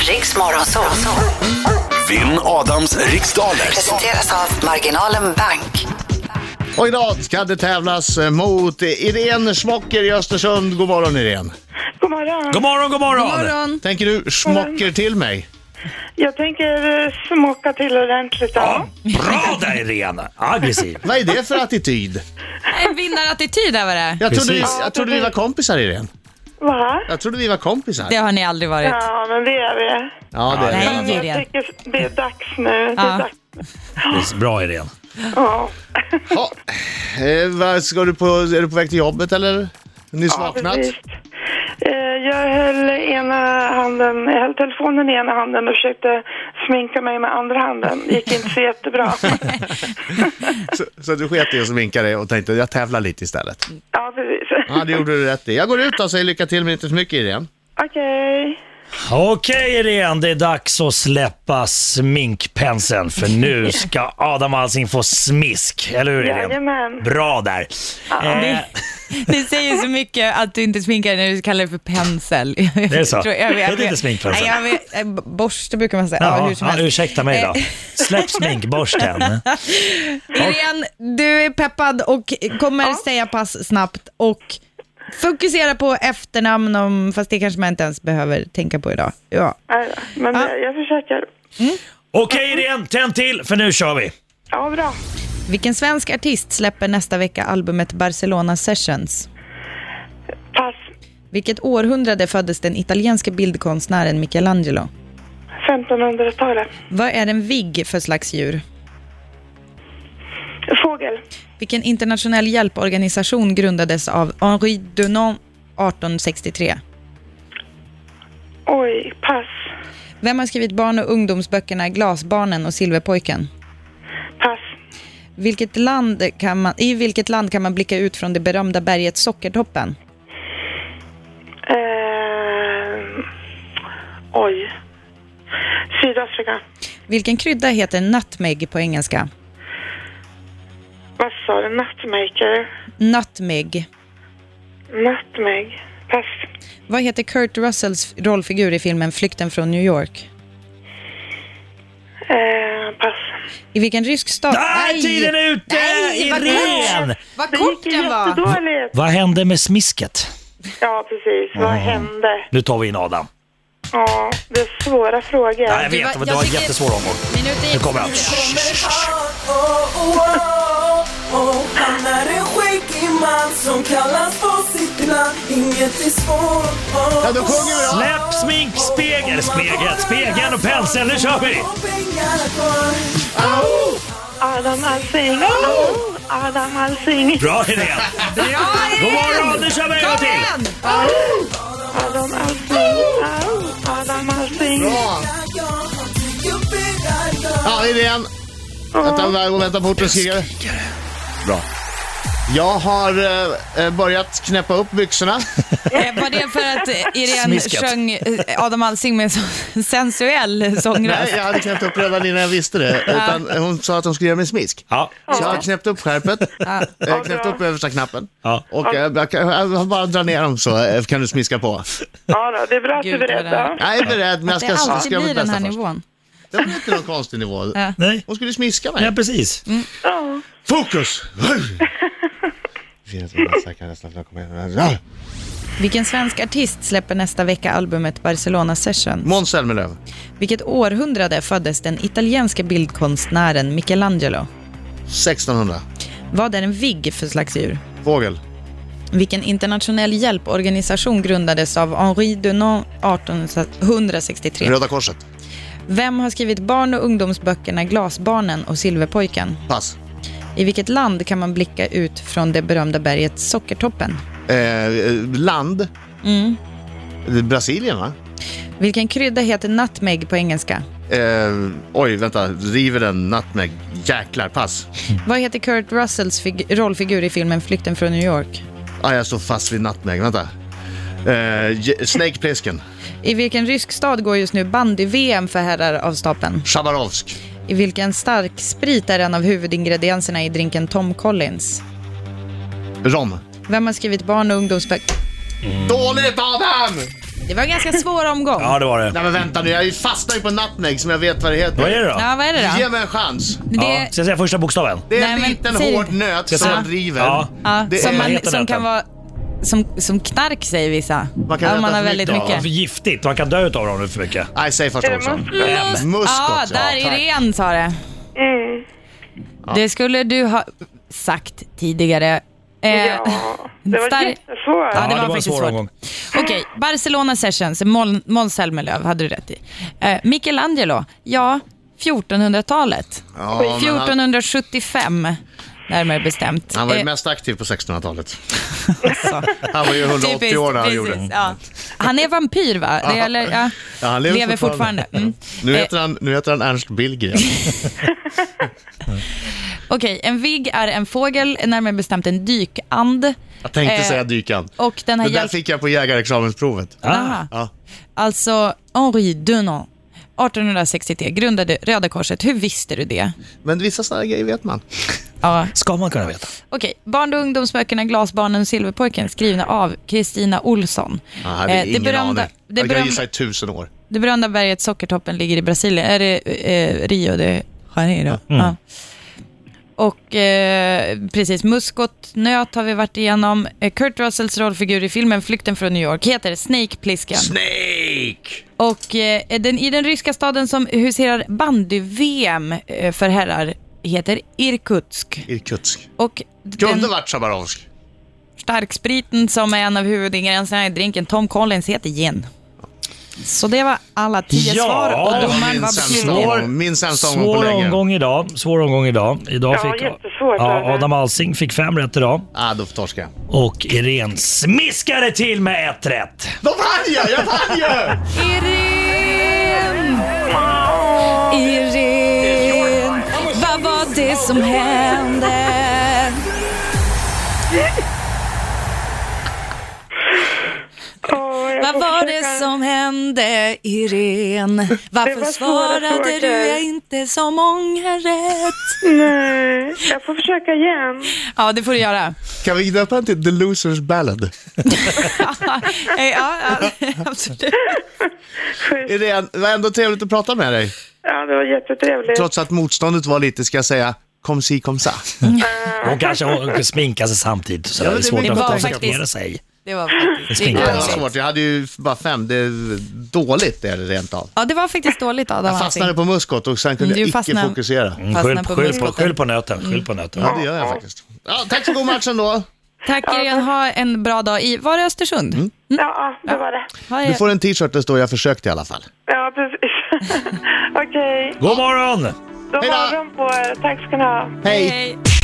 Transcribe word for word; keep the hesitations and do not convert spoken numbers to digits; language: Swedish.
Riks Morgonzoo. Vinn Adams riksdaler. Presenteras av Marginalen Bank. Och idag ska det tävlas mot Irene Schmocker i Östersund. God morgon, Irene. God morgon. God morgon, god morgon. God morgon. Tänker du Schmocker till mig? Jag tänker smocka till ordentligt. Ja, bra där, Irene. Aggressiv. Vad är det för attityd? En vinnarattityd där var det. Jag trodde, vi, Precis. jag trodde vi var kompisar, Irene. Va? Jag trodde vi var kompisar. Det har ni aldrig varit. Ja, men det är vi. Ja, det är Nej, det. Men Irene. jag tycker det är dags nu. Det är Ja. dags. Bra, Irene. Ja. Ja. Eh, vad, ska du på, är du på väg till jobbet eller? Nyss vaknat? Precis. Eh, Jag höll ena handen, jag höll telefonen i ena handen och försökte sminka mig med andra handen. Det gick inte så jättebra. Så, så du sket i att sminka dig och tänkte jag tävlar lite istället. Ja, precis. Ja, det gjorde du rätt i. Jag går ut och säger lycka till men inte så mycket, Irene. Okej. Okej, Irene, det är dags att släppa sminkpenseln. För nu ska Adam Alsing få smisk. Eller hur, Irene? Jajamän. Bra där. Eh, Det säger så mycket att du inte sminkar när du kallar det för pensel. Det är så? Tror jag, jag, Det är inte sminkpensel. Nej, jag vet, eh, borste brukar man säga. Ja, ja, hur som ja, helst. ursäkta mig då. Släpp sminkborsten. Irene, du är peppad och kommer säga pass snabbt och fokusera på efternamn, om, fast det kanske man inte ens behöver tänka på idag. Ja. Nej då. Men Ja. det, jag försöker. Okej, Irene, tänd till, för nu kör vi. Ja, bra. Vilken svensk artist släpper nästa vecka albumet Barcelona Sessions? Pass. Vilket århundrade föddes den italienska bildkonstnären Michelangelo? femtonhundratalet. Vad är en vigg för slags djur? Fågel. Vilken internationell hjälporganisation grundades av Henri Dunant arton sextiotre? Oj, pass. Vem har skrivit barn- och ungdomsböckerna Glasbarnen och Silverpojken? Pass. Vilket land kan man, I vilket land kan man blicka ut från det berömda berget Sockertoppen? Eh, oj. Sydafrika. Vilken krydda heter nutmeg på engelska? Vad sa du? Nutmaker. Nutmeg. Nutmeg. Pass. Vad heter Kurt Russells rollfigur i filmen Flykten från New York? Eh, pass. I vilken rysk stad? Där, tiden är ute! Nej, vad Irene! kort, vad Det kort gick den var. jättedåligt. Vad hände med smisket? Ja, precis. Vad hände? Nu tar vi in Adam. Ja, det är svåra frågor. Ja, jag vet, var- det var jag en tycker- jättesvår omgång. Minuten Nu kommer han. Han är en skäggig man som kallas på sitt namn. Inget är svårt. Ja, då sjunger vi då. Släpp sminkspegel, spegel, spegeln och penseln, nu kör vi! Adam Alsing. Adam Alsing. Bra, Irene! Bra, God morgon, nu kör vi en gång till! igen! Adam Alsing. Adam Alsing. Bra. Ja, Irene. Vänta, jag går och väntar på orten skrivare. Bra. Jag har eh, börjat knäppa upp byxorna. Eh, Var det för att eh, Irene Smisket. sjöng eh, Adam Alsing med en så sensuell sångröst? Nej, jag hade knäppt upp redan innan jag visste det. Utan hon sa att hon skulle göra mig smisk. Ja, Så jag har knäppt upp skärpet, eh, knäppt upp översta knappen. ja. Och eh, jag, kan- jag bara dra ner dem så eh, kan du smiska på. Ja, då, det är bra att du är Gud, beredd. vad det är. Då. Jag är beredd, men jag Det ska, alltid ska blir mitt den bästa här först. nivån. Det var inte någon konstig nivå. Ja. Nej, Hon skulle smiska ja mig. precis. Ja. Fokus! Ja. Vilken svensk artist släpper nästa vecka albumet Barcelona Sessions? Måns Zelmerlöw. Vilket århundrade föddes den italienska bildkonstnären Michelangelo? sextonhundra. Vad är en vigg för slags djur? Fågel. Vilken internationell hjälporganisation grundades av Henri Dunant arton sextiotre? Röda korset. Vem har skrivit barn- och ungdomsböckerna Glasbarnen och Silverpojken? Pass. I vilket land kan man blicka ut från det berömda berget Sockertoppen? Eh, land. Mm. Brasilien, va? Vilken krydda heter nutmeg på engelska? Eh, oj, vänta. River den nutmeg. Jäklar, pass. Vad heter Kurt Russells fig- rollfigur i filmen Flykten från New York? Ah, jag står fast vid nutmeg. Vänta. Eh, J- Snake Plissken. I vilken rysk stad går just nu bandy-V M för herrar av stapeln? Chabarovsk. I vilken stark sprit är en av huvudingredienserna i drinken Tom Collins? Rom. Vem har skrivit barn- och ungdomsböcker? Dåligt, Adam! Det var en ganska svår omgång. Ja, det var det. Nej men vänta nu, jag fastnar ju på Nutmeg som jag vet vad det heter. Vad är det då? Ja, vad är det då? Ge mig en chans. Det, Ja. Ska jag säga första bokstaven? Det är Nej, en men liten säg- hård nöt Ska jag som säga? man driver. Ja. ja, det som, är- man, heter som kan nöten? vara som, som knark säger vissa. Man kan ja, äta man har för väldigt mycket. Ja, mycket. för giftigt. Man kan dö utav dem för mycket. Nej, säg först Är det också. muskot? Muskot. Ja, där tack. Irene sa det. Mm. Det skulle du ha sagt tidigare. Eh, Ja, det var star- jättesvårt. Ja, det Ja, var det var en faktiskt svår svårt. omgång. Okej, Barcelona Sessions, Mål- Måns Zelmerlöw hade du rätt i. Eh, Michelangelo, ja, fjortonhundratalet. Ja, men han, fjortonhundrasjuttiofem, närmare bestämt. han var ju Eh, mest aktiv på sextonhundratalet. så. Han var ju hundraåttio Typiskt, år när han precis, gjorde det. ja. Han är vampyr va? Det gäller, ja. Ja, han lever, Lever fortfarande. fortfarande. Mm. Nu, Eh, heter han, nu heter han Ernst Billgren. Okej, en vigg är en fågel, närmare bestämt en dykand. Jag tänkte Eh, säga dykan. Och den har Det där hjälpt... fick jag på jägarexamensprovet. Aha. Ja. Alltså, Henri Dunant, artonhundrasextiotre, grundade Röda Korset. Hur visste du det? Men vissa sådana grejer vet man. Ja. Ska man kunna veta. Okej, Barn- och ungdomsböckerna Glasbarnen och Silverpojken, skrivna av Kristina Olsson. Jag hade Eh, ingen berömda, aning. det, Jag kan berömda, gissa i tusen år. det berömda berget Sockertoppen ligger i Brasilien. Är det eh, Rio de Janeiro? Ja. Och eh, precis, muskotnöt har vi varit igenom. Eh, Kurt Russells rollfigur i filmen Flykten från New York heter Snake Plissken. Snake! Och eh, den, i den ryska staden som huserar bandy-V M eh, för herrar heter Irkutsk. Irkutsk. Och Kunde den varit Chabarovsk. starkspriten som är en av huvudingredienserna i drinken Tom Collins heter gin. Så det var alla tio Ja, svar och det var domaren min var sämsta besluten. omgång. Min sämsta omgång på Svår länge. omgång idag. Svår omgång idag. Idag Ja, fick jättesvårt, ja, alltså. Adam Alsing fick fem rätt idag. Ah, då torskar jag. Och Irene smiskade till med ett rätt. Då vann jag! Jag vann ju! Irene! Irene! Vad var det som hände? Åh, jag Vad får var försöka- det som hände, Irene? Det Varför var svåra svarade frågor. du inte så många rätt? Nej, jag får försöka igen. Ja, det får du göra. Kan vi döpa den till The Losers Ballad? ja, ja, absolut. Irene, det var ändå trevligt att prata med dig. Ja, det var jättetrevligt. Trots att motståndet var lite, ska jag säga, kom si, kom sa. Hon kanske hon sminkar sig samtidigt. Så Ja, det men är det svårt blir att bara koncentrera faktiskt- sig. Det var faktiskt springer. Ja, det riktigt var dåligt. svårt. Jag hade ju bara fem. Det är dåligt är det rent av. Ja, det var faktiskt dåligt Adam. Jag fastnade på muskot och sen kunde Du jag icke fastnade- fokusera. Mm, Fastna Skyll, på skyll, på, muskoten. skyll på nöten. Skyll på nöten. Ja, det gör jag faktiskt. Ja, tack för god match ändå. Tack Irene, ha en bra dag i, var det Östersund? Mm. Ja, det var det. Ha Du det. får en t-shirt där står jag försökte i alla fall. Ja, precis. Okej, God morgon! då Hej då. morgon på er. Tack ska ni ha. Hej! Hej.